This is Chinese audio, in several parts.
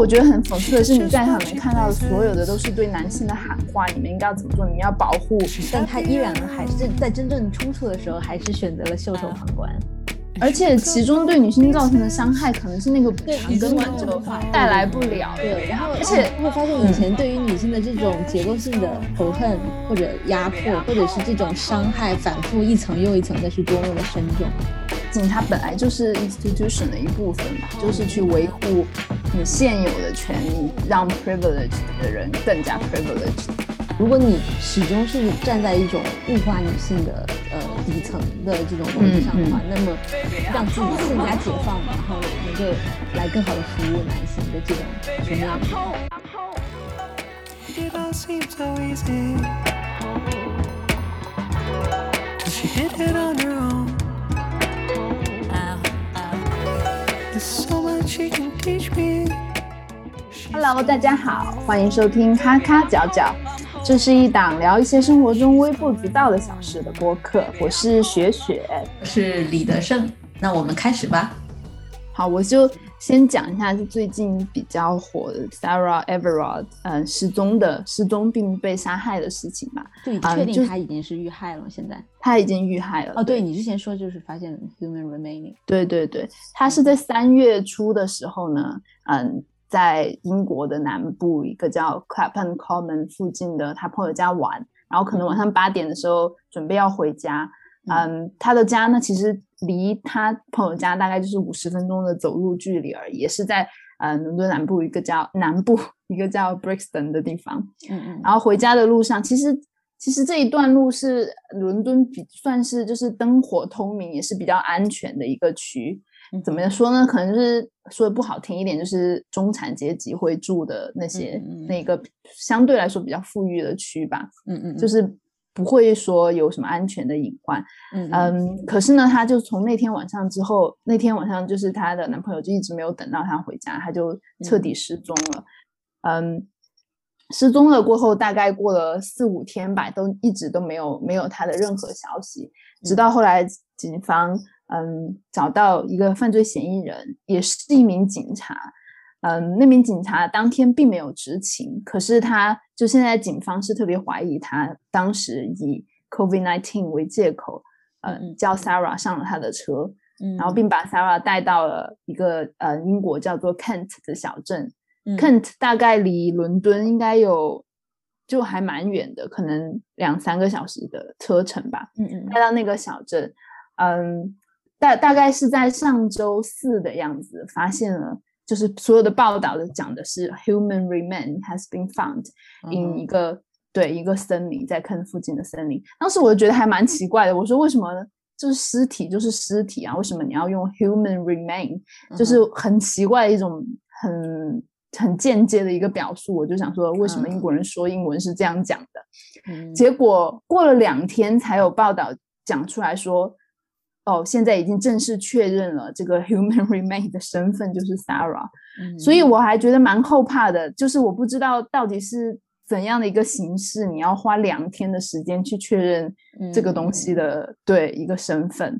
觉得很讽刺的是，你在场能看到的所有的都是对男性的喊话，你们应该要怎么做，你们要保护， 但他依然还是在真正冲突的时候还是选择了袖手旁观， 而且其中对女性造成的伤害可能是那个补偿根本就带来不了。 对，然后而且会发现以前对于女性的这种结构性的仇恨或者压迫或者是这种伤害反复一层又一层的是多么的深重。 警察本来就是 institution 的一部分嘛，就是去维护你现有的权利，让 privileged 的人更加 privileged。 如果你始终是站在一种物化女性的底层的这种逻辑上的话，那么让自己更加解放，然后能够来更好的服务男性的这种什么样的 ？Hello， 大家好，欢迎收听咔咔角角，这是一档聊一些生活中微不足道的小事的播客。我是雪雪， 我是李德胜。那我们开始吧。 好，我就先讲一下是最近比较火的 Sarah Everard 失踪并被杀害的事情吧。 对，确定他已经是遇害了，现在他已经遇害了。 哦，对，你之前说就是发现 human remaining。 对对对，他是在3月初的时候呢，在英国的南部一个叫 Clapham Common 附近的他朋友家玩，然后可能晚上8点的时候准备要回家。他的家呢其实离他朋友家大概就是50分钟的走路距离而已，也是在伦敦南部一个叫 Brixton 的地方。然后回家的路上，其实这一段路是伦敦算是就是灯火通明，也是比较安全的一个区。怎么说呢？可能就是说的不好听一点，就是中产阶级会住的那个相对来说比较富裕的区吧。就是不会说有什么安全的隐患。可是呢，他就从那天晚上之后，那天晚上就是他的男朋友就一直没有等到他回家，他就彻底失踪了。失踪了过后，大概过了4-5天吧，都一直都没有他的任何消息，直到后来警方找到一个犯罪嫌疑人，也是一名警察。那名警察当天并没有知情，可是他就现在警方是特别怀疑他当时以 COVID-19 为借口，叫 Sarah 上了他的车，然后并把 Sarah 带到了一个英国叫做 Kent 的小镇。Kent 大概离伦敦应该有就还蛮远的，可能2-3个小时的车程吧。带到那个小镇，大概是在上周4的样子发现了，就是所有的报道讲的是 human remain has been found in 一个森林，在Kent附近的森林。当时我就觉得还蛮奇怪的，我说为什么就是尸体就是尸体啊，为什么你要用 human remain， 就是很奇怪的一种很间接的一个表述。我就想说为什么英国人说英文是这样讲的。结果过了2天才有报道讲出来说，现在已经正式确认了这个 human remain 的身份就是 Sarah。所以我还觉得蛮后怕的，就是我不知道到底是怎样的一个形式，你要花2天的时间去确认这个东西的对一个身份。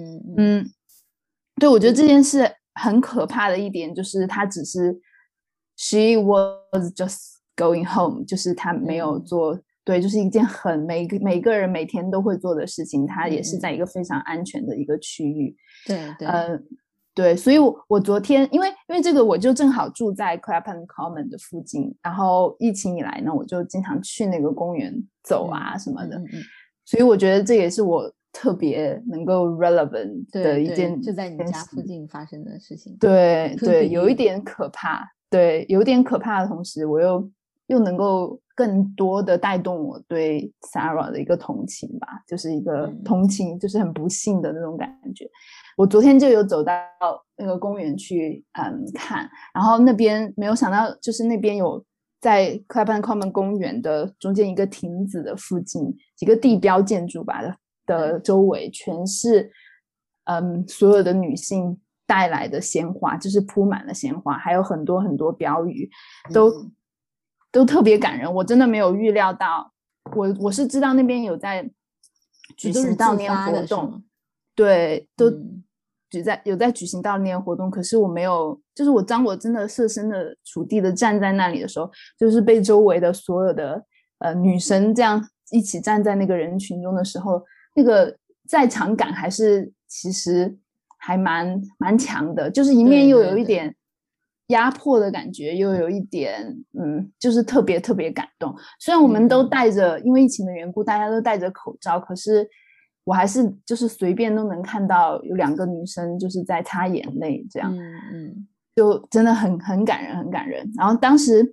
对，我觉得这件事很可怕的一点就是他只是 she was just going home， 就是他没有做对，就是一件每个人每天都会做的事情，他也是在一个非常安全的一个区域。对，所以我昨天因为这个我就正好住在 Clapham Common 的附近，然后疫情以来呢，我就经常去那个公园走啊什么的。所以我觉得这也是我特别能够 relevant 的一件， 就在你家附近发生的事情。 对，有一点可怕。对，有点可怕的同时，我又能够更多的带动我对 Sarah 的一个同情吧，就是一个同情，就是很不幸的那种感觉。我昨天就有走到那个公园去看，然后那边没有想到，就是那边有在 Clapham Common 公园的中间一个亭子的附近，几个地标建筑吧的周围全是所有的女性带来的鲜花，就是铺满了鲜花，还有很多很多标语，都特别感人。我真的没有预料到，我是知道那边有在举行悼念活动，对， 有在举行悼念活动，可是我没有，就是当我真的设身的处地的站在那里的时候，就是被周围的所有的女生这样一起站在那个人群中的时候，那个在场感还是其实还蛮强的，就是一面又有一点压迫的感觉，又有一点就是特别特别感动。虽然我们都戴着因为疫情的缘故大家都戴着口罩，可是我还是就是随便都能看到有2个女生就是在擦眼泪这样，就真的很感人很感人。然后当时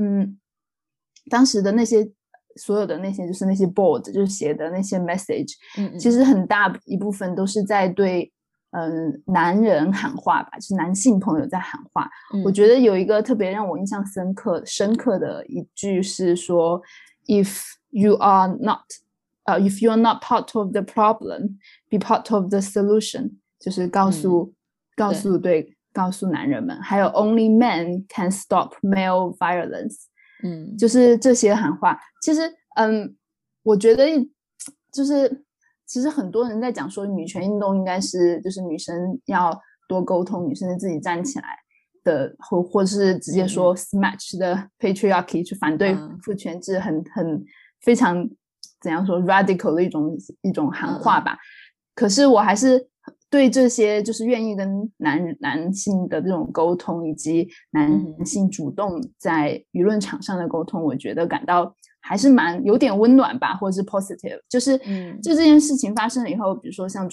的那些所有的那些就是那些 board 就是写的那些 message，其实很大一部分都是在对男人喊话吧，就是男性朋友在喊话。我觉得有一个特别让我印象深刻的一句是说 if you are not part of the problem, be part of the solution， 就是告诉男人们，还有 only men can stop male violence，就是这些喊话。其实我觉得就是其实很多人在讲说女权运动应该是就是女生要多沟通，女生自己站起来的，或是直接说 smash the patriarchy， 去反对父权制，很非常怎样说 radical 的一种喊话吧。可是我还是对这些就是愿意跟男性的这种沟通，以及男性主动在舆论场上的沟通，我觉得感到还是有点温暖吧，或者是 positive。就是就这件事情发生了以后，比如说像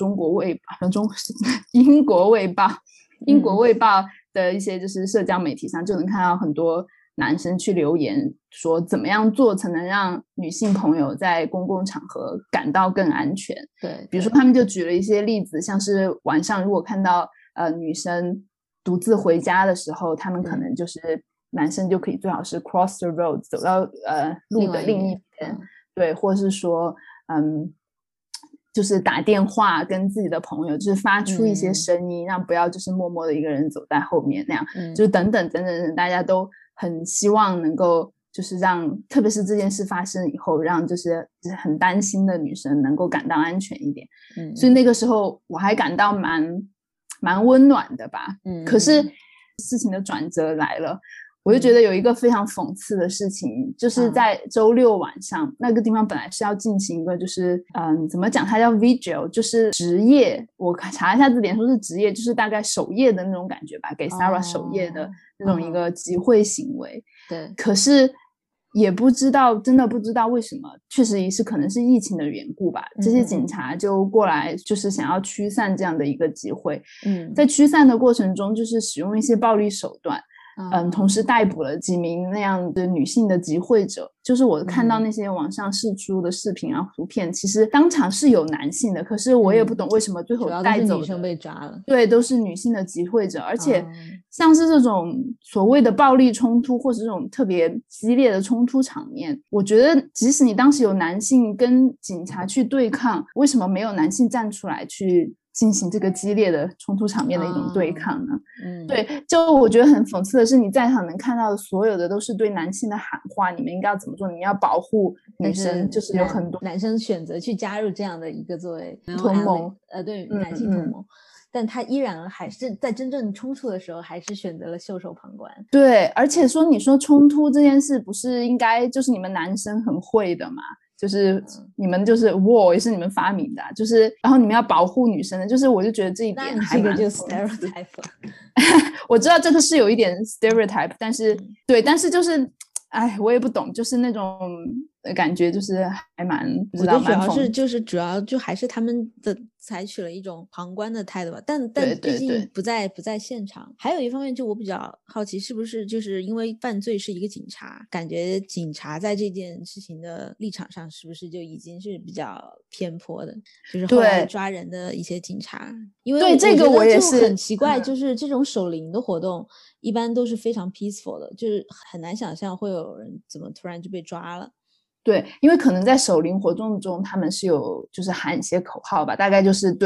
英国卫报的一些就是社交媒体上就能看到很多男生去留言说怎么样做才能让女性朋友在公共场合感到更安全。 对， 比如说他们就举了一些例子，像是晚上如果看到女生独自回家的时候，他们可能就是男生就可以最好是 cross the road 走到路的另一边，对，或是说就是打电话跟自己的朋友就是发出一些声音，让不要就是默默的一个人走在后面那样，就是等等，大家都很希望能够就是让特别是这件事发生以后，让就是很担心的女生能够感到安全一点。所以那个时候我还感到蛮温暖的吧。可是事情的转折来了，我就觉得有一个非常讽刺的事情，就是在周六晚上，那个地方本来是要进行一个就是怎么讲，它叫 vigil， 就是职业，我查一下字典说是职业，就是大概守夜的那种感觉吧，给 Sarah 守夜的那种一个集会行为。 对， 可是也真的不知道为什么，确实是可能是疫情的缘故吧，这些警察就过来就是想要驱散这样的一个集会。在驱散的过程中就是使用一些暴力手段，同时逮捕了几名那样的女性的集会者。就是我看到那些网上释出的视频啊图片，其实当场是有男性的，可是我也不懂为什么最后带走的主要都是女生被抓了。 对，都是女性的集会者。而且像是这种所谓的暴力冲突或是这种特别激烈的冲突场面，我觉得即使你当时有男性跟警察去对抗，为什么没有男性站出来去进行这个激烈的冲突场面的一种对抗呢？对，就我觉得很讽刺的是，你在场能看到的所有的都是对男性的喊话，你们应该要怎么做，你们要保护女生，就是有很多男生选择去加入这样的一个作为同盟， 对，男性同盟，但他依然还是在真正冲突的时候还是选择了袖手旁观。 对，而且说你说冲突这件事不是应该就是你们男生很会的嘛，就是你们就是 war 也是你们发明的，就是然后你们要保护女生的，就是我就觉得这一点还蛮这个就 stereotype 我知道这个是有一点 stereotype， 但是对，但是就是我也不懂，就是那种感觉就是还蛮不知道， 主要就还是他们的采取了一种旁观的态度吧，但毕竟不在现场。还有一方面就我比较好奇，是不是就是因为犯罪是一个警察，感觉警察在这件事情的立场上是不是就已经是比较偏颇的，就是后来抓人的一些警察。因为对这个我也是很奇怪，就是这种守灵的活动一般都是非常 peaceful 的，就是很难想象会有人怎么突然就被抓了。 对，因为可能在守灵活动中他们是有就是喊一些口号吧，大概就是对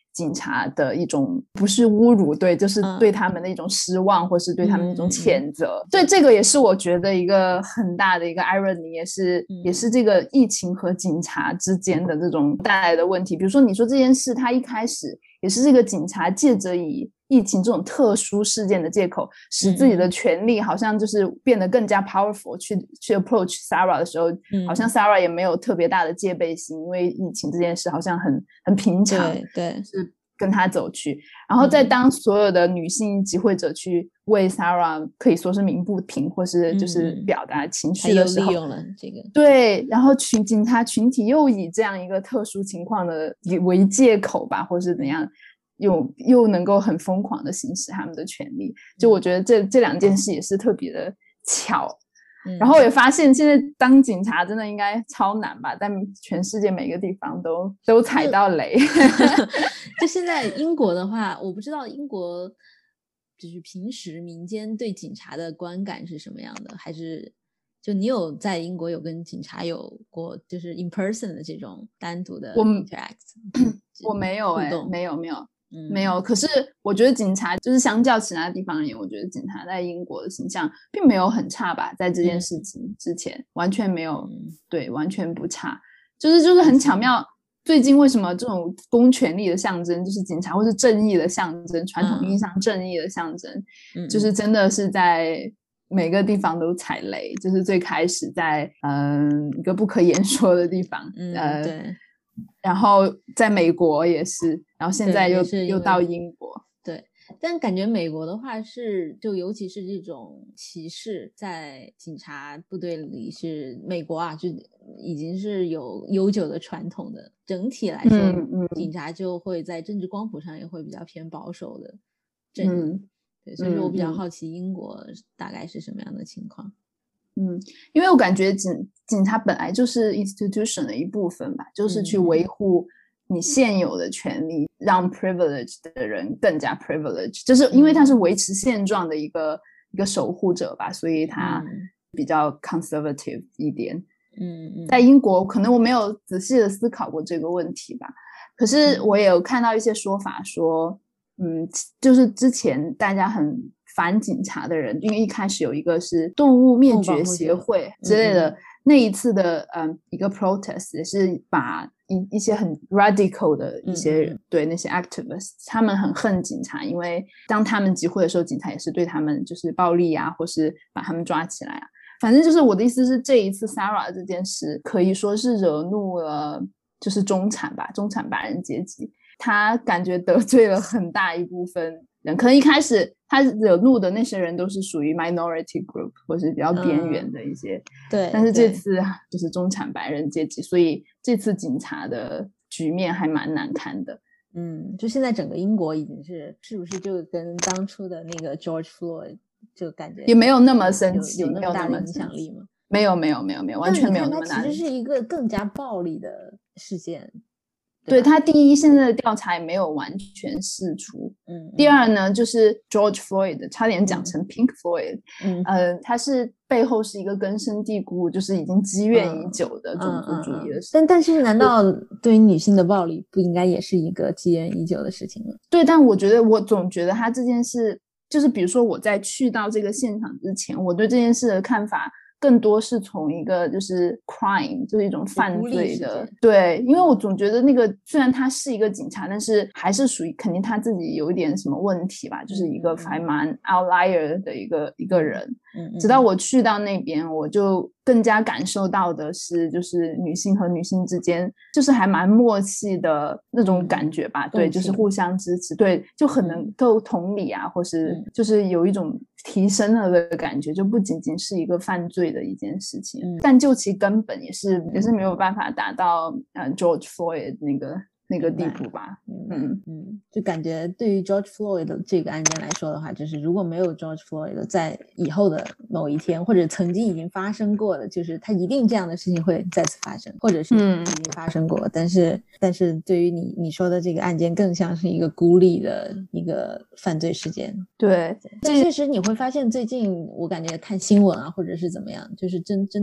警察的一种不是侮辱，对，就是对他们的一种失望，或是对他们的一种谴责。对，这个也是我觉得一个很大的一个 irony， 也是这个疫情和警察之间的这种带来的问题。比如说你说这件事，它一开始也是这个警察借着以疫情这种特殊事件的借口，使自己的权利好像就是变得更加 powerful， 去 approach Sarah 的时候，好像 Sarah 也没有特别大的戒备心，因为疫情这件事好像很平常， 对， 是跟他走去。然后在当所有的女性集会者去为 Sarah 可以说是鸣不平，或是就是表达情绪的时候， 他又利用了这个， 对，然后警察群体又以这样一个特殊情况的为借口吧，或是怎样，又能够很疯狂的行使他们的权利。就我觉得这两件事也是特别的巧。然后我也发现现在当警察真的应该超难吧，在全世界每个地方都踩到雷。 就现在英国的话，我不知道英国就是平时民间对警察的观感是什么样的，还是就你有在英国有跟警察有过就是 in person 的这种单独的 interact？ 我没有没有。可是我觉得警察就是相较其他地方而言，我觉得警察在英国的形象并没有很差吧，在这件事情之前完全没有，对，完全不差。就是很巧妙，最近为什么这种公权力的象征就是警察，或是正义的象征，传统意义上正义的象征，就是真的是在每个地方都踩雷。就是最开始在一个不可言说的地方， 对， 然后在美国也是，然后现在又到英国。 对，但感觉美国的话是就尤其是这种歧视在警察部队里是美国啊，就已经是有悠久的传统的。整体来说，警察就会在政治光谱上也会比较偏保守的阵营。对，所以说我比较好奇英国大概是什么样的情况。 因为我感觉警察本来就是 institution 的一部分吧，就是去维护你现有的权利，让 privilege 的人更加 privilege， 就是因为他是维持现状的一个守护者吧，所以他比较 conservative 一点。在英国可能我没有仔细的思考过这个问题吧，可是我也有看到一些说法说，就是之前大家很反警察的人，因为一开始有一个是动物灭绝协会之类的，那一次的一个 protest 也是把一些很 radical 的一些对那些 activists， 他们很恨警察，因为当他们集会的时候，警察也是对他们就是暴力啊，或是把他们抓起来啊。反正就是我的意思是，这一次 Sarah 这件事可以说是惹怒了就是中产白人阶级，他感觉得罪了很大一部分人。可能一开始他惹怒的那些人都是属于 minority group 或是比较边缘的一些， 对。 但是这次就是中产白人阶级，所以这次警察的局面还蛮难看的。 就现在整个英国已经是不是就跟当初的那个 George Floyd 就感觉也没有那么生气， 有那么大的影响力吗？ 没有，完全没有那么大。 它其实是一个更加暴力的事件。 对，他第一，现在的调查也没有完全释出。第二呢，就是 George Floyd 差点讲成 Pink Floyd，他是背后是一个根深蒂固，就是已经积怨已久的种族主义的事。 但是难道对于女性的暴力不应该也是一个积怨已久的事情吗？ 对，但我总觉得他这件事，就是比如说我在去到这个现场之前，我对这件事的看法更多是从一个就是 crime， 就是一种犯罪的，对，因为我总觉得那个虽然他是一个警察，但是还是属于肯定他自己有一点什么问题吧，就是一个还蛮 outlier 的一个人。直到我去到那边，我就更加感受到的是，就是女性和女性之间就是还蛮默契的那种感觉吧，对，就是互相支持，对，就很能够同理啊，或是就是有一种提升了的感觉，就不仅仅是一个犯罪的一件事情，但就其根本也是没有办法达到George Floyd 那个地步吧。 就感觉对于 George Floyd 的这个案件来说的话，就是如果没有 George Floyd 在以后的某一天，或者曾经已经发生过的，就是他一定这样的事情会再次发生，或者是已经发生过，但是对于你说的这个案件更像是一个孤立的一个犯罪事件。 对， 但确实你会发现最近我感觉看新闻啊或者是怎么样，就是针对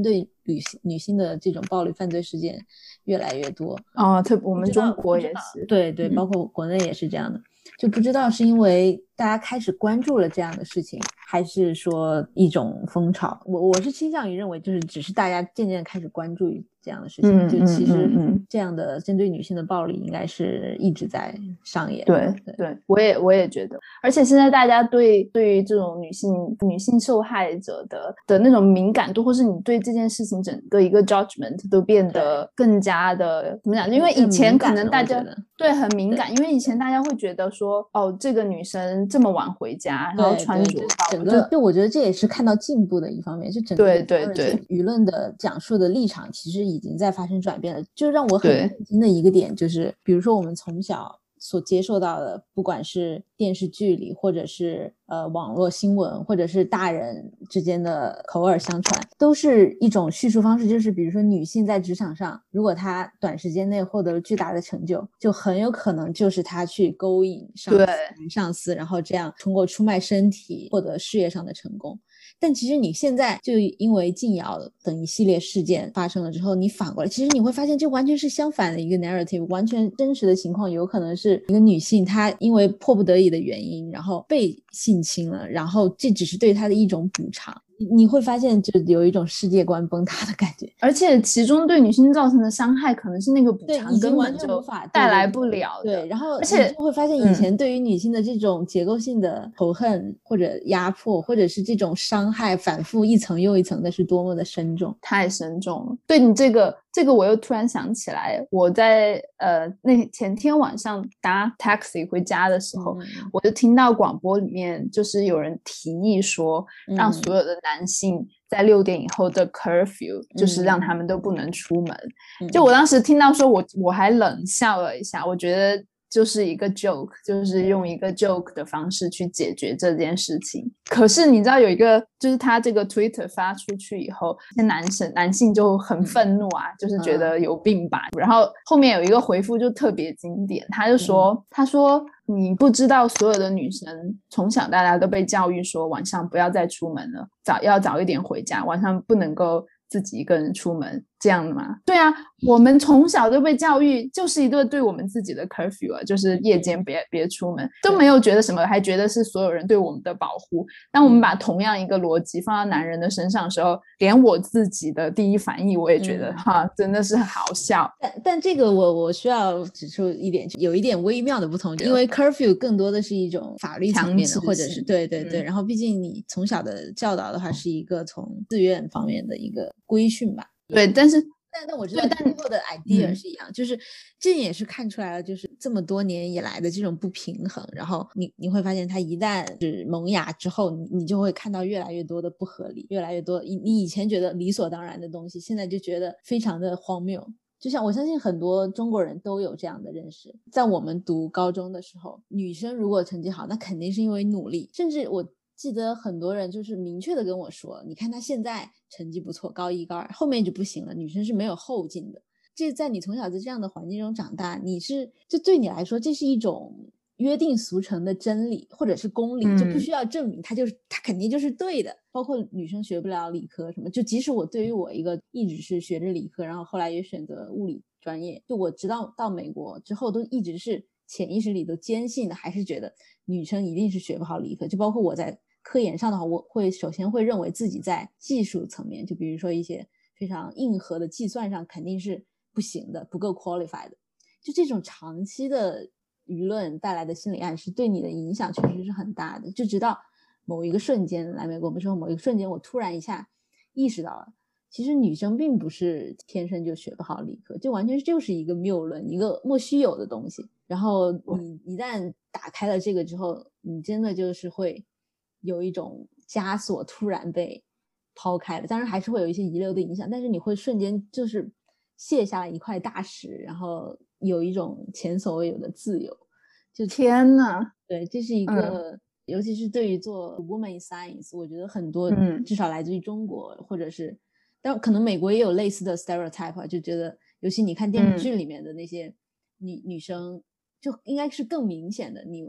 女性的这种暴力犯罪事件越来越多。 我们中国也是， 对对，包括国内也是这样的。就不知道是因为大家开始关注了这样的事情，还是说一种风潮。我是倾向于认为就是只是大家渐渐开始关注这样的事情，就其实这样的针对女性的暴力应该是一直在上演。 对，我也觉得，而且现在大家对于这种女性受害者的那种敏感度，或是你对这件事情整个一个 judgment 都变得更加的怎么讲？因为以前可能大家对很敏感，因为以前大家会觉得说这个女生这么晚回家，然后穿着整个就我觉得这也是看到进步的一方面，就整个舆论的讲述的立场其实已经在发生转变了。就让我很震惊的一个点就是，比如说我们从小所接受到的，不管是电视剧里，或者是网络新闻，或者是大人之间的口耳相传，都是一种叙述方式，就是比如说女性在职场上，如果她短时间内获得了巨大的成就，就很有可能就是她去勾引上司，然后这样通过出卖身体获得事业上的成功。但其实你现在就因为禁谣等一系列事件发生了之后，你反过来其实你会发现这完全是相反的一个 narrative， 完全真实的情况有可能是一个女性她因为迫不得已的原因然后被性侵了，然后这只是对她的一种补偿。你会发现就有一种世界观崩塌的感觉， 而且其中对女性造成的伤害可能是那个补偿根本就带来不了的。 对，然后而且就会发现以前对于女性的这种结构性的仇恨或者压迫或者是这种伤害反复一层又一层的是多么的深重， 太深重了。对，你这个我又突然想起来，我在前天晚上搭 taxi 回家的时候，我就听到广播里面就是有人提议说让所有的男性在6点以后的 curfew，就是让他们都不能出门。就我当时听到说我还冷笑了一下，我觉得就是一个 joke， 就是用一个 joke 的方式去解决这件事情。可是你知道有一个就是他这个 Twitter 发出去以后，男性就很愤怒啊，就是觉得有病吧。然后后面有一个回复就特别经典，他就说他说你不知道所有的女生从小到大都被教育说晚上不要再出门了，要早一点回家，晚上不能够自己一个人出门，这样的吗？对啊，我们从小都被教育就是一个对我们自己的 curfew 啊，就是夜间别出门，都没有觉得什么，还觉得是所有人对我们的保护。当我们把同样一个逻辑放到男人的身上的时候，连我自己的第一反应我也觉得真的是好笑。 但这个我需要指出一点，有一点微妙的不同，因为 curfew 更多的是一种法律层面的，或者是对，然后毕竟你从小的教导的话是一个从自愿方面的一个规训吧。 对，但我知道背后的 idea 是一样，就是这也是看出来了，就是这么多年以来的这种不平衡，然后你会发现它一旦是萌芽之后，你就会看到越来越多的不合理，越来越多你以前觉得理所当然的东西，现在就觉得非常的荒谬。就像我相信很多中国人都有这样的认识，在我们读高中的时候，女生如果成绩好，那肯定是因为努力，甚至我记得很多人就是明确的跟我说，你看他现在成绩不错，高一高二后面就不行了，女生是没有后劲的。这在你从小在这样的环境中长大，这对你来说这是一种约定俗成的真理或者是公理，就不需要证明它肯定就是对的。包括女生学不了理科什么，就即使我对于我一个一直是学着理科，然后后来也选择物理专业，就我直到美国之后都一直是潜意识里都坚信的，还是觉得女生一定是学不好理科。就包括我在科研上的话，我首先会认为自己在技术层面，就比如说一些非常硬核的计算上肯定是不行的，不够 qualified 的。就这种长期的舆论带来的心理暗示对你的影响确实是很大的。就直到某一个瞬间来美国之后，某一个瞬间我突然一下意识到了，其实女生并不是天生就学不好理科，就完全就是一个谬论，一个莫须有的东西。然后你一旦打开了这个之后，你真的就是会有一种枷锁突然被抛开了，当然还是会有一些遗留的影响，但是你会瞬间就是卸下了一块大石，然后有一种前所未有的自由。就天哪， 对，这是一个尤其是对于做 woman in science， 我觉得很多至少来自于中国或者是但可能美国也有类似的 stereotype， 就觉得尤其你看电视剧里面的那些女生就应该是更明显的，你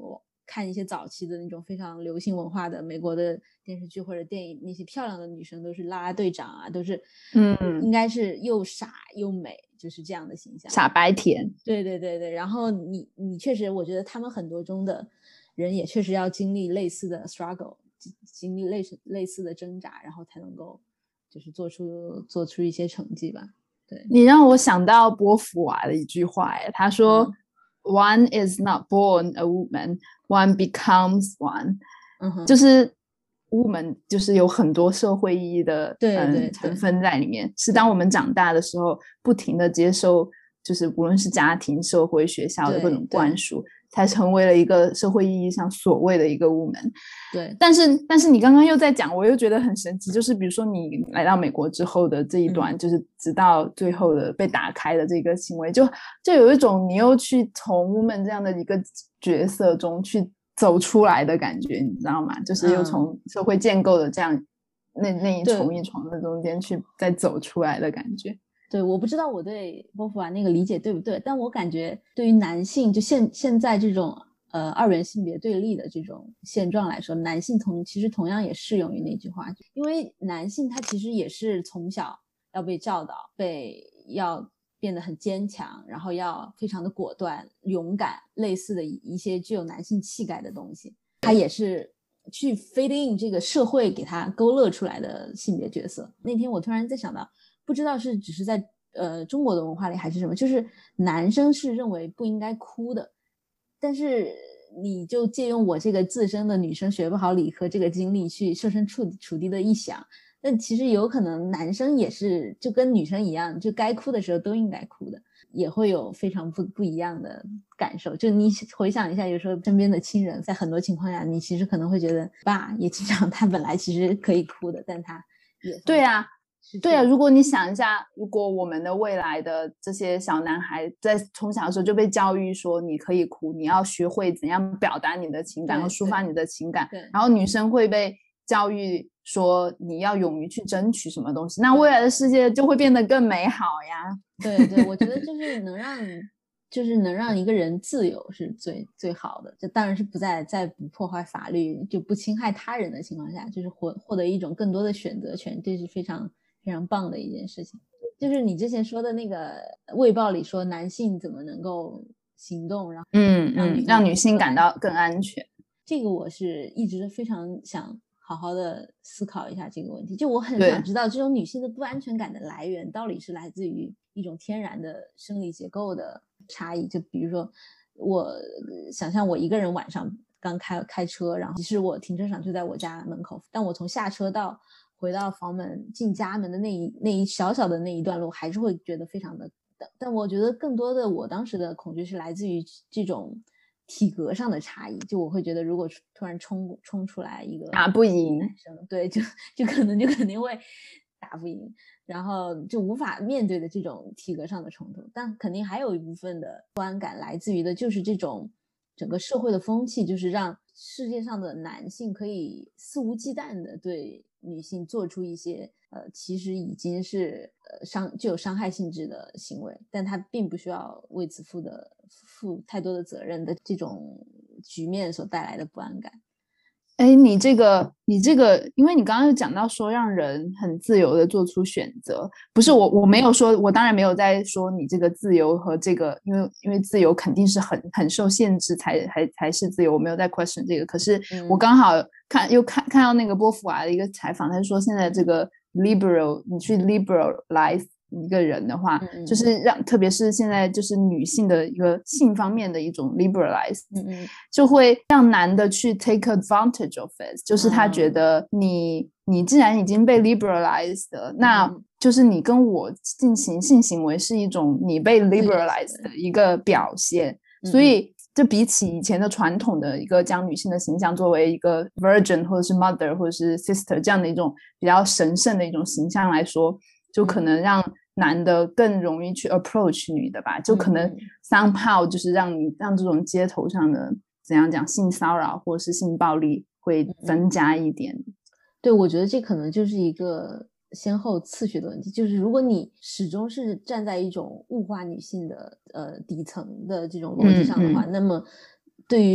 看一些早期的那种非常流行文化的美国的电视剧或者电影，那些漂亮的女生都是啦啦队长啊，都是应该是又傻又美，就是这样的形象， 傻白甜。 对对对对，然后你确实，我觉得他们很多中的人也确实要经历类似的 struggle， 经历类似的挣扎，然后才能够就是做出一些成绩吧。对， 你让我想到波伏娃的一句话，他说、One is not born a woman, one becomes one。就是 woman 就是有很多社会意义的成分在里面，是当我们长大的时候不停的接受，就是无论是家庭、社会、学校的各种灌输，才成为了一个社会意义上所谓的一个 woman。 对， 但是你刚刚又在讲，我又觉得很神奇，就是比如说你来到美国之后的这一段，就是直到最后的被打开的这个行为，就有一种你又去从 woman 这样的一个角色中去走出来的感觉，你知道吗？就是又从社会建构的这样那一重一重的中间去再走出来的感觉。 对，我不知道我对波伏娃那个理解对不对，但我感觉对于男性，就现在这种二元性别对立的这种现状来说，男性其实同样也适用于那句话，因为男性他其实也是从小要被教导，要变得很坚强，然后要非常的果断、勇敢，类似的一些具有男性气概的东西，他也是去 fit in 这个社会给他勾勒出来的性别角色。那天我突然在想到，不知道是只是在中国的文化里还是什么，就是男生是认为不应该哭的，但是你就借用我这个自身的女生学不好理科这个经历去设身处地的一想，但其实有可能男生也是就跟女生一样，就该哭的时候都应该哭的，也会有非常不一样的感受。就你回想一下，有时候身边的亲人在很多情况下，你其实可能会觉得爸也经常他本来其实可以哭的，但他也对啊，如果你想一下，如果我们的未来的这些小男孩在从小的时候就被教育说你可以哭，你要学会怎样表达你的情感和抒发你的情感，然后女生会被教育说你要勇于去争取什么东西，那未来的世界就会变得更美好呀。 对对，我觉得就是能让一个人自由是最好的，这当然是在不破坏法律就不侵害他人的情况下，就是获得一种更多的选择权，这是非常非常棒的一件事情。就是你之前说的那个卫报里说男性怎么能够行动，然后让女性感到更安全， 这个我是一直非常想好好的思考一下这个问题，就我很想知道这种女性的不安全感的来源到底是来自于一种天然的生理结构的差异。就比如说我想象我一个人晚上刚开车，然后其实我停车场就在我家门口，但我从下车到回到房门进家门的那一小小的那一段路还是会觉得非常的，但我觉得更多的我当时的恐惧是来自于这种体格上的差异，就我会觉得如果突然冲出来一个打不赢男生，对，就可能就肯定会打不赢，然后就无法面对的这种体格上的冲突。但肯定还有一部分的不安感来自于的就是这种整个社会的风气，就是让世界上的男性可以肆无忌惮的对女性做出一些其实已经是具有伤害性质的行为，但他并不需要为此负太多的责任的这种局面所带来的不安感。 哎，你这个，因为你刚刚有讲到说让人很自由的做出选择，不是我没有说，我当然没有在说你这个自由和这个，因为自由肯定是很受限制才是自由，我没有在 question 这个。可是我刚好看到那个波伏娃的一个采访，他说现在这个 liberal， 你去 liberalize一个人的话，就是特别是现在就是女性的一个性方面的一种 liberalize，就会让男的去 take advantage of it， 就是他觉得你既然已经被 liberalized 了，那就是你跟我进行性行为是一种你被 liberalized 的一个表现，所以就比起以前的传统的一个将女性的形象作为一个 virgin 或者是 mother 或者是 sister 这样的一种比较神圣的一种形象来说，就可能让男的更容易去 approach 女的吧，就可能 somehow 就是让这种街头上的怎样讲性骚扰或是性暴力会增加一点。 对，我觉得这可能就是一个先后次序的问题，就是如果你始终是站在一种物化女性的底层的这种逻辑上的话，那么对于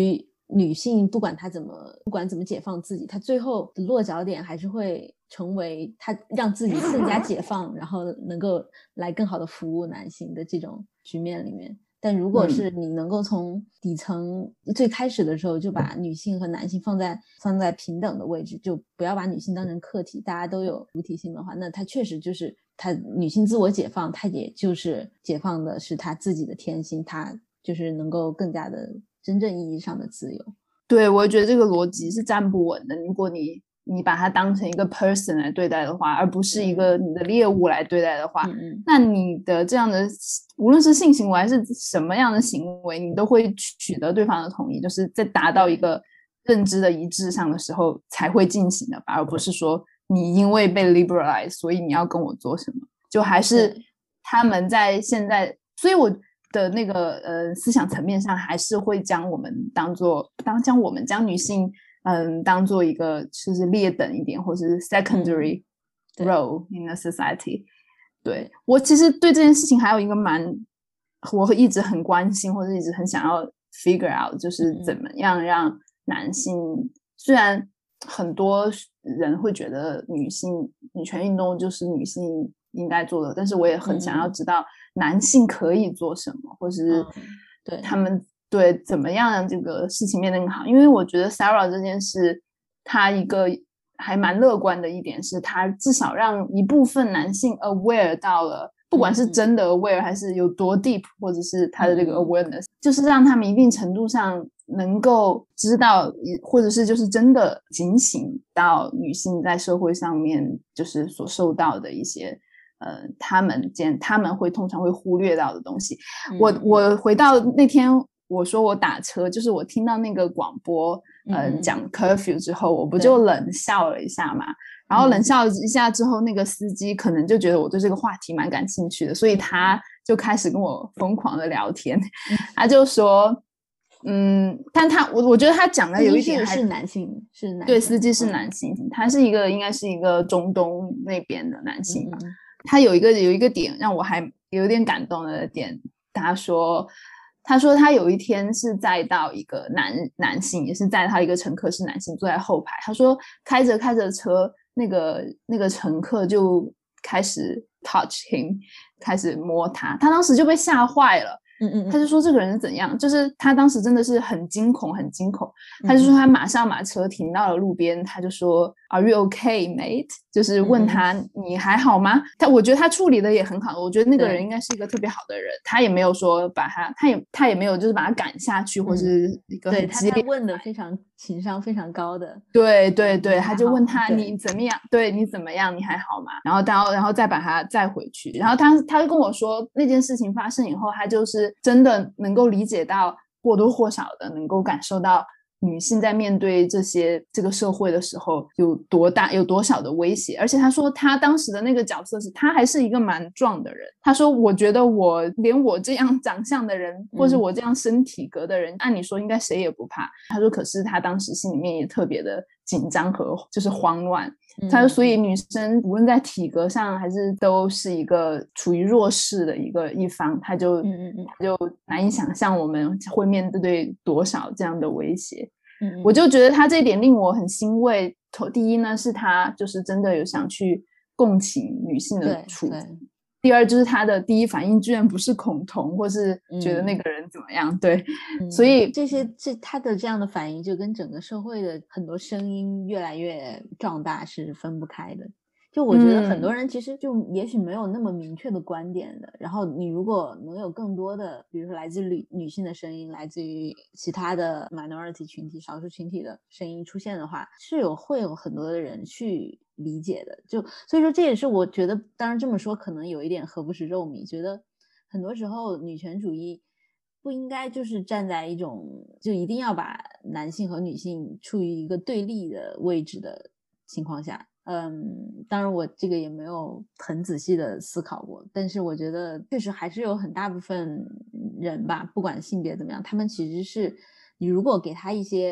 女性不管怎么解放自己，她最后的落脚点还是会成为她让自己更加解放，然后能够来更好的服务男性的这种局面里面。但如果是你能够从底层最开始的时候就把女性和男性放在平等的位置，就不要把女性当成客体，大家都有主体性的话，那她确实就是她女性自我解放，她也就是解放的是她自己的天性，她就是能够更加的真正意义上的自由。 对，我觉得这个逻辑是站不稳的。如果你把它当成一个 person 来对待的话，而不是一个你的猎物来对待的话，那你的这样的无论是性行为还是什么样的行为，你都会取得对方的同意，就是在达到一个认知的一致上的时候才会进行的吧，而不是说你因为被 liberalize 所以你要跟我做什么，就还是他们在现在，所以我的那个思想层面上还是会将我们将女性当做一个就是劣等一点，或是 secondary role in a society。对，我其实对这件事情还有一个我一直很关心或者一直很想要 figure out， 就是怎么样让男性，虽然很多人会觉得女权运动就是女性应该做的，但是我也很想要知道男性可以做什么，或是对他们对怎么样让这个事情变得更好。因为我觉得 Sarah 这件事，他一个还蛮乐观的一点是，他至少让一部分男性 aware 到了，不管是真的 aware 还是有多 deep， 或者是他的这个 awareness，就是让他们一定程度上能够知道，或者是就是真的警醒到女性在社会上面就是所受到的一些他们通常会忽略到的东西。我回到那天我说我打车，就是我听到那个广播讲 curfew 之后，我不就冷笑了一下嘛，然后冷笑了一下之后，那个司机可能就觉得我对这个话题蛮感兴趣的，所以他就开始跟我疯狂的聊天。他就说但我觉得他讲的有一点是男性， 对，司机是男性，他是应该是一个中东那边的男性吧。他有一个点让我还有点感动的点，他说他有一天是载到一个男性，也是载到一个乘客是男性坐在后排，他说开着车，那个乘客就开始 touch him， 开始摸他当时就被吓坏了。他就说这个人是怎样，就是他当时真的是很惊恐，他就说他马上把车停到了路边，他就说 Are you okay, mate？ 就是问他你还好吗？我觉得他处理的也很好，我觉得那个人应该是一个特别好的人，他也没有说把他也没有就是把他赶下去，或是一个很激烈， 他问的非常情商非常高的， 对，他就问他你怎么样，对你怎么样，你还好吗？然后再把他载回去，然后他就跟我说那件事情发生以后，他就是真的能够理解到，或多或少的能够感受到女性在面对这个社会的时候有多少的威胁。而且他说他当时的那个角色是他还是一个蛮壮的人，他说我觉得连我这样长相的人，或是我这样身体格的人，按理说应该谁也不怕。他说可是他当时心里面也特别的紧张和就是慌乱。他说所以女生无论在体格上还是都是一个处于弱势的一方，他就难以想象我们会面对多少这样的威胁。我就觉得他这一点令我很欣慰。第一呢是他就是真的有想去共情女性的处境，第二就是他的第一反应居然不是恐同或是觉得那个人怎么样。对，所以他的这样的反应就跟整个社会的很多声音越来越壮大是分不开的。就我觉得很多人其实就也许没有那么明确的观点的，然后你如果能有更多的比如说来自女性的声音，来自于其他的 minority 群体少数群体的声音出现的话，会有很多的人去理解的。所以说这也是我觉得，当然这么说可能有一点何不食肉糜，觉得很多时候女权主义不应该就是站在一种就一定要把男性和女性处于一个对立的位置的情况下。当然我这个也没有很仔细的思考过，但是我觉得确实还是有很大部分人吧，不管性别怎么样，他们其实是你如果给他一些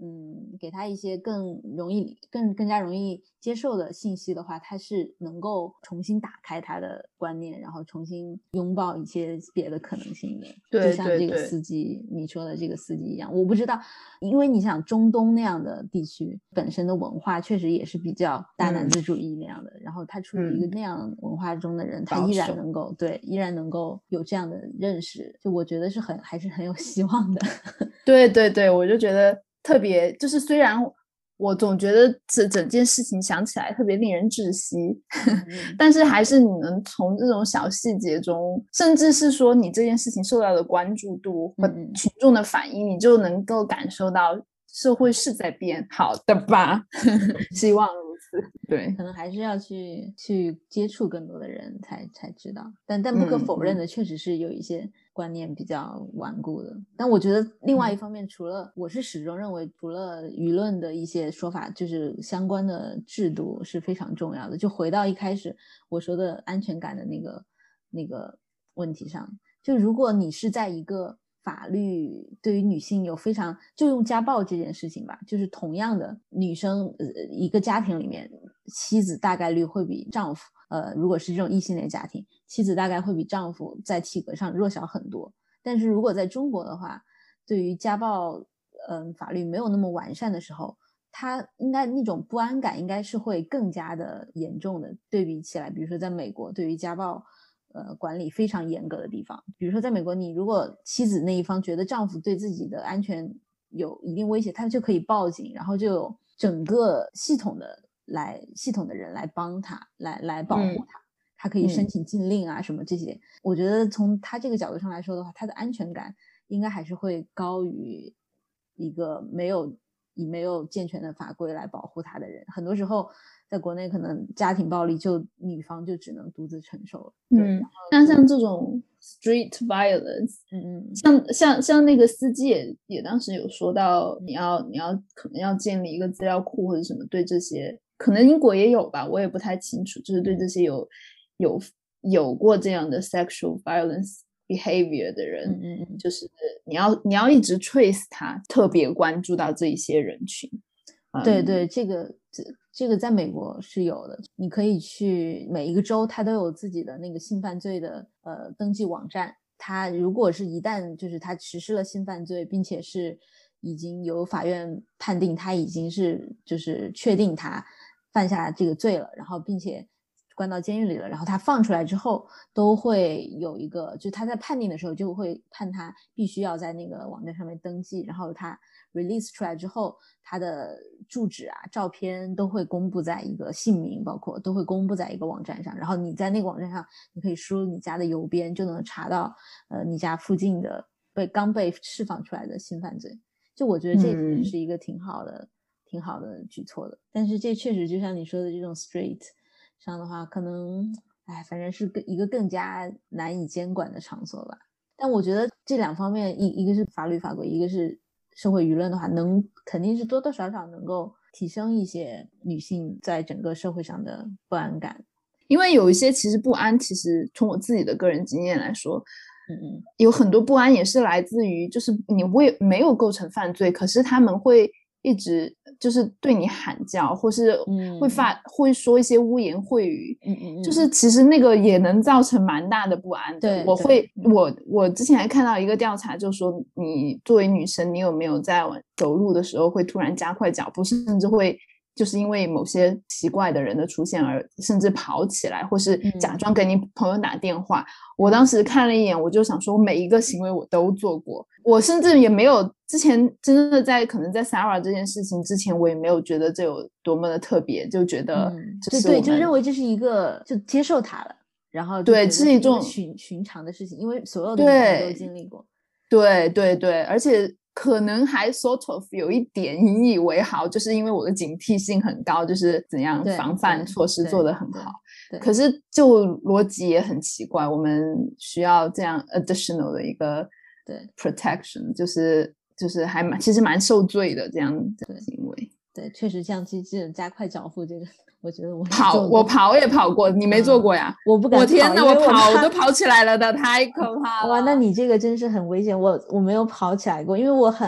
给他一些更加容易接受的信息的话，他是能够重新打开他的观念，然后重新拥抱一些别的可能性的。 对， 就像这个司机你说的这个司机一样，我不知道，因为你想中东那样的地区本身的文化确实也是比较大男子主义那样的，然后他处于一个那样文化中的人，他依然能够有这样的认识，就我觉得还是很有希望的。 对对对，我就觉得特别，就是虽然我总觉得整件事情想起来特别令人窒息，但是还是你能从这种小细节中，甚至是说你这件事情受到的关注度和群众的反应，你就能够感受到社会是在变好的吧。希望如此。对， 可能还是要去接触更多的人才知道，但不可否认的，确实是有一些观念比较顽固的。但我觉得另外一方面，我是始终认为，除了舆论的一些说法，就是相关的制度是非常重要的。就回到一开始我说的安全感的那个问题上，就如果你是在一个法律对于女性有非常，就用家暴这件事情吧，就是同样的女生一个家庭里面，妻子大概率会比丈夫如果是这种异性恋家庭，妻子大概会比丈夫在体格上弱小很多。但是如果在中国的话，对于家暴法律没有那么完善的时候，他应该那种不安感应该是会更加的严重的。对比起来，比如说在美国对于家暴管理非常严格的地方，比如说在美国，你如果妻子那一方觉得丈夫对自己的安全有一定威胁，他就可以报警，然后就有整个系统的人来帮他，来保护他，他可以申请禁令啊什么这些。我觉得从他这个角度上来说的话，他的安全感应该还是会高于一个没有健全的法规来保护他的人。很多时候在国内可能家庭暴力就女方就只能独自承受了。 那像这种 street violence， 像那个司机也当时有说到，你要可能要建立一个资料库或者什么，对这些可能英国也有吧，我也不太清楚，就是对这些有过这样的 sexual violence behavior 的人，就是你要一直 trace 他，特别关注到这一些人群。 对对，这个在美国是有的，你可以去每一个州它都有自己的那个性犯罪的登记网站，它如果是一旦就是他实施了性犯罪，并且是已经由法院判定他已经是就是确定他犯下这个罪了，然后并且关到监狱里了，然后他放出来之后都会有一个，就他在判定的时候就会判他必须要在那个网站上面登记，然后他 release 出来之后，他的住址啊照片都会公布在一个姓名，包括都会公布在一个网站上，然后你在那个网站上你可以输入你家的邮编，就能查到你家附近的刚被释放出来的性犯罪。就我觉得这是一个挺好的举措的。但是这确实就像你说的这种 street上的话，可能反正是一个更加难以监管的场所吧。但我觉得这两方面，一个是法律法规，一个是社会舆论的话，肯定是多多少少能够提升一些女性在整个社会上的不安感。 因为有一些其实不安，其实从我自己的个人经验来说，有很多不安也是来自于就是你没有构成犯罪，可是他们会一直就是对你喊叫，或是会说一些污言秽语，就是其实那个也能造成蛮大的不安的。我之前还看到一个调查，就说你作为女生，你有没有在走路的时候会突然加快脚步，甚至会就是因为某些奇怪的人的出现而甚至跑起来，或是假装给你朋友打电话。我当时看了一眼，我就想说每一个行为我都做过，我甚至也没有之前真的可能在 Sarah 这件事情之前，我也没有觉得这有多么的特别，就觉得对，就认为这是一个就接受它了，然后对，这是一种寻常的事情，因为所有的人都经历过。 对对对，而且可能还 sort of 有一点引以为豪，就是因为我的警惕性很高，就是怎样防范措施做得很好。可是就逻辑也很奇怪，我们需要这样 additional 的一个protection， 就是其实蛮受罪的这样的行为。 对，确实像这种加快脚步这个，我觉得我跑也跑过，你没做过呀？ 我不敢跑， 我天哪，我跑都跑起来了的，太可怕了。 哇，那你这个真是很危险，我没有跑起来过，因为我很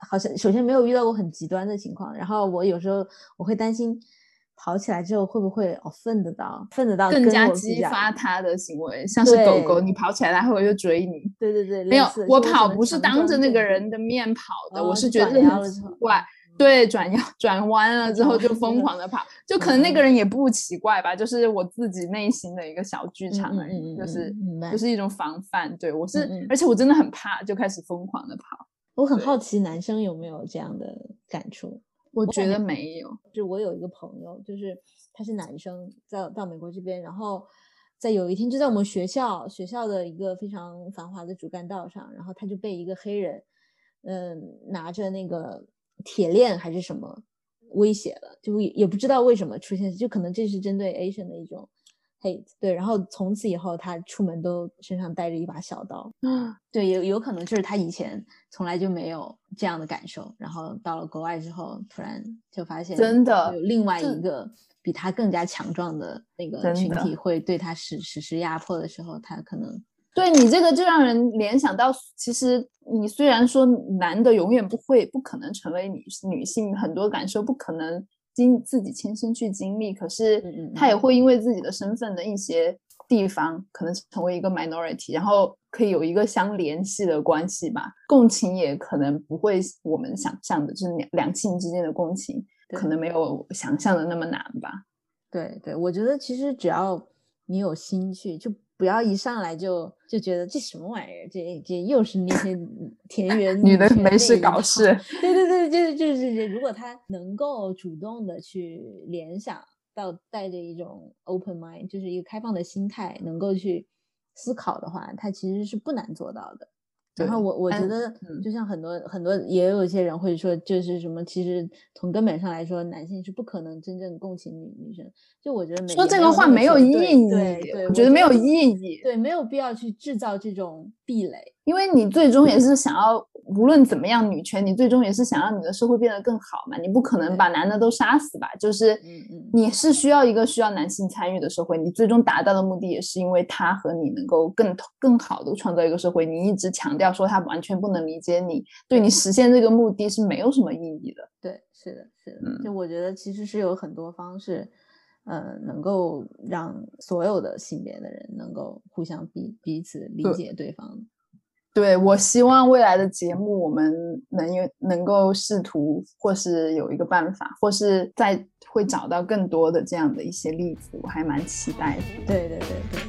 好像首先没有遇到过很极端的情况，然后我有时候我会担心跑起来之后会不会分得到更加激发它的行为，像是狗狗你跑起来它会就追你。 对对对， 没有，我跑不是当着那个人的面跑的，我是觉得很奇怪。对，转弯了之后就疯狂的跑，就可能那个人也不奇怪吧，就是我自己内心的一个小剧场而已，就是一种防范。对，我是而且我真的很怕，就开始疯狂的跑。 我很好奇男生有没有这样的感触。 我觉得没有。 就我有一个朋友，就是他是男生，到美国这边，然后在有一天就在我们学校的一个非常繁华的主干道上，然后他就被一个黑人拿着那个铁链还是什么威胁了，就也不知道为什么出现，就可能这是针对 Asian 的一种 hate。 对，然后从此以后他出门都身上带着一把小刀。对，有可能就是他以前从来就没有这样的感受，然后到了国外之后突然就发现真的有另外一个比他更加强壮的那个群体会对他实施压迫的时候，他可能对你这个就让人联想到，其实你虽然说男的永远不可能成为女性，很多感受不可能自己亲身去经历，可是他也会因为自己的身份的一些地方可能成为一个 minority， 然后可以有一个相联系的关系吧，共情也可能不会我们想象的，就是两性之间的共情可能没有想象的那么难吧。 对对，我觉得其实只要你有心去，就不要一上来就觉得这什么玩意儿，这又是那些田园女的没事搞事。 对对对，就是如果他能够主动的去联想到，带着一种 open mind， 就是一个开放的心态，能够去思考的话，他其实是不难做到的。然后我觉得就像很多也有一些人会说，就是什么其实从根本上来说男性是不可能真正共情女生，就我觉得说这个话没有意义。 对， 我觉得没有意义。 对，没有必要去制造这种壁垒， 因为你最终也是想要无论怎么样女权，你最终也是想让你的社会变得更好嘛，你不可能把男的都杀死吧，就是你是需要一个需要男性参与的社会，你最终达到的目的也是因为他和你能够更好的创造一个社会，你一直强调说他完全不能理解你，对你实现这个目的是没有什么意义的。 对，是的，就我觉得其实是有很多方式能够让所有的性别的人能够互相彼此理解对方。 对，我希望未来的节目我们能够试圖或是有一个办法，或是再会找到更多的这样的一些例子，我还蛮期待的。 对。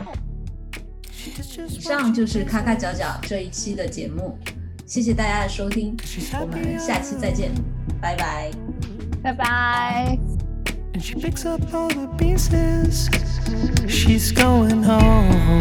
以上就是咔咔角角这一期的节目，谢谢大家的收听，我们下期再见，拜拜， 拜拜。 And she picks up all the pieces. She's going home.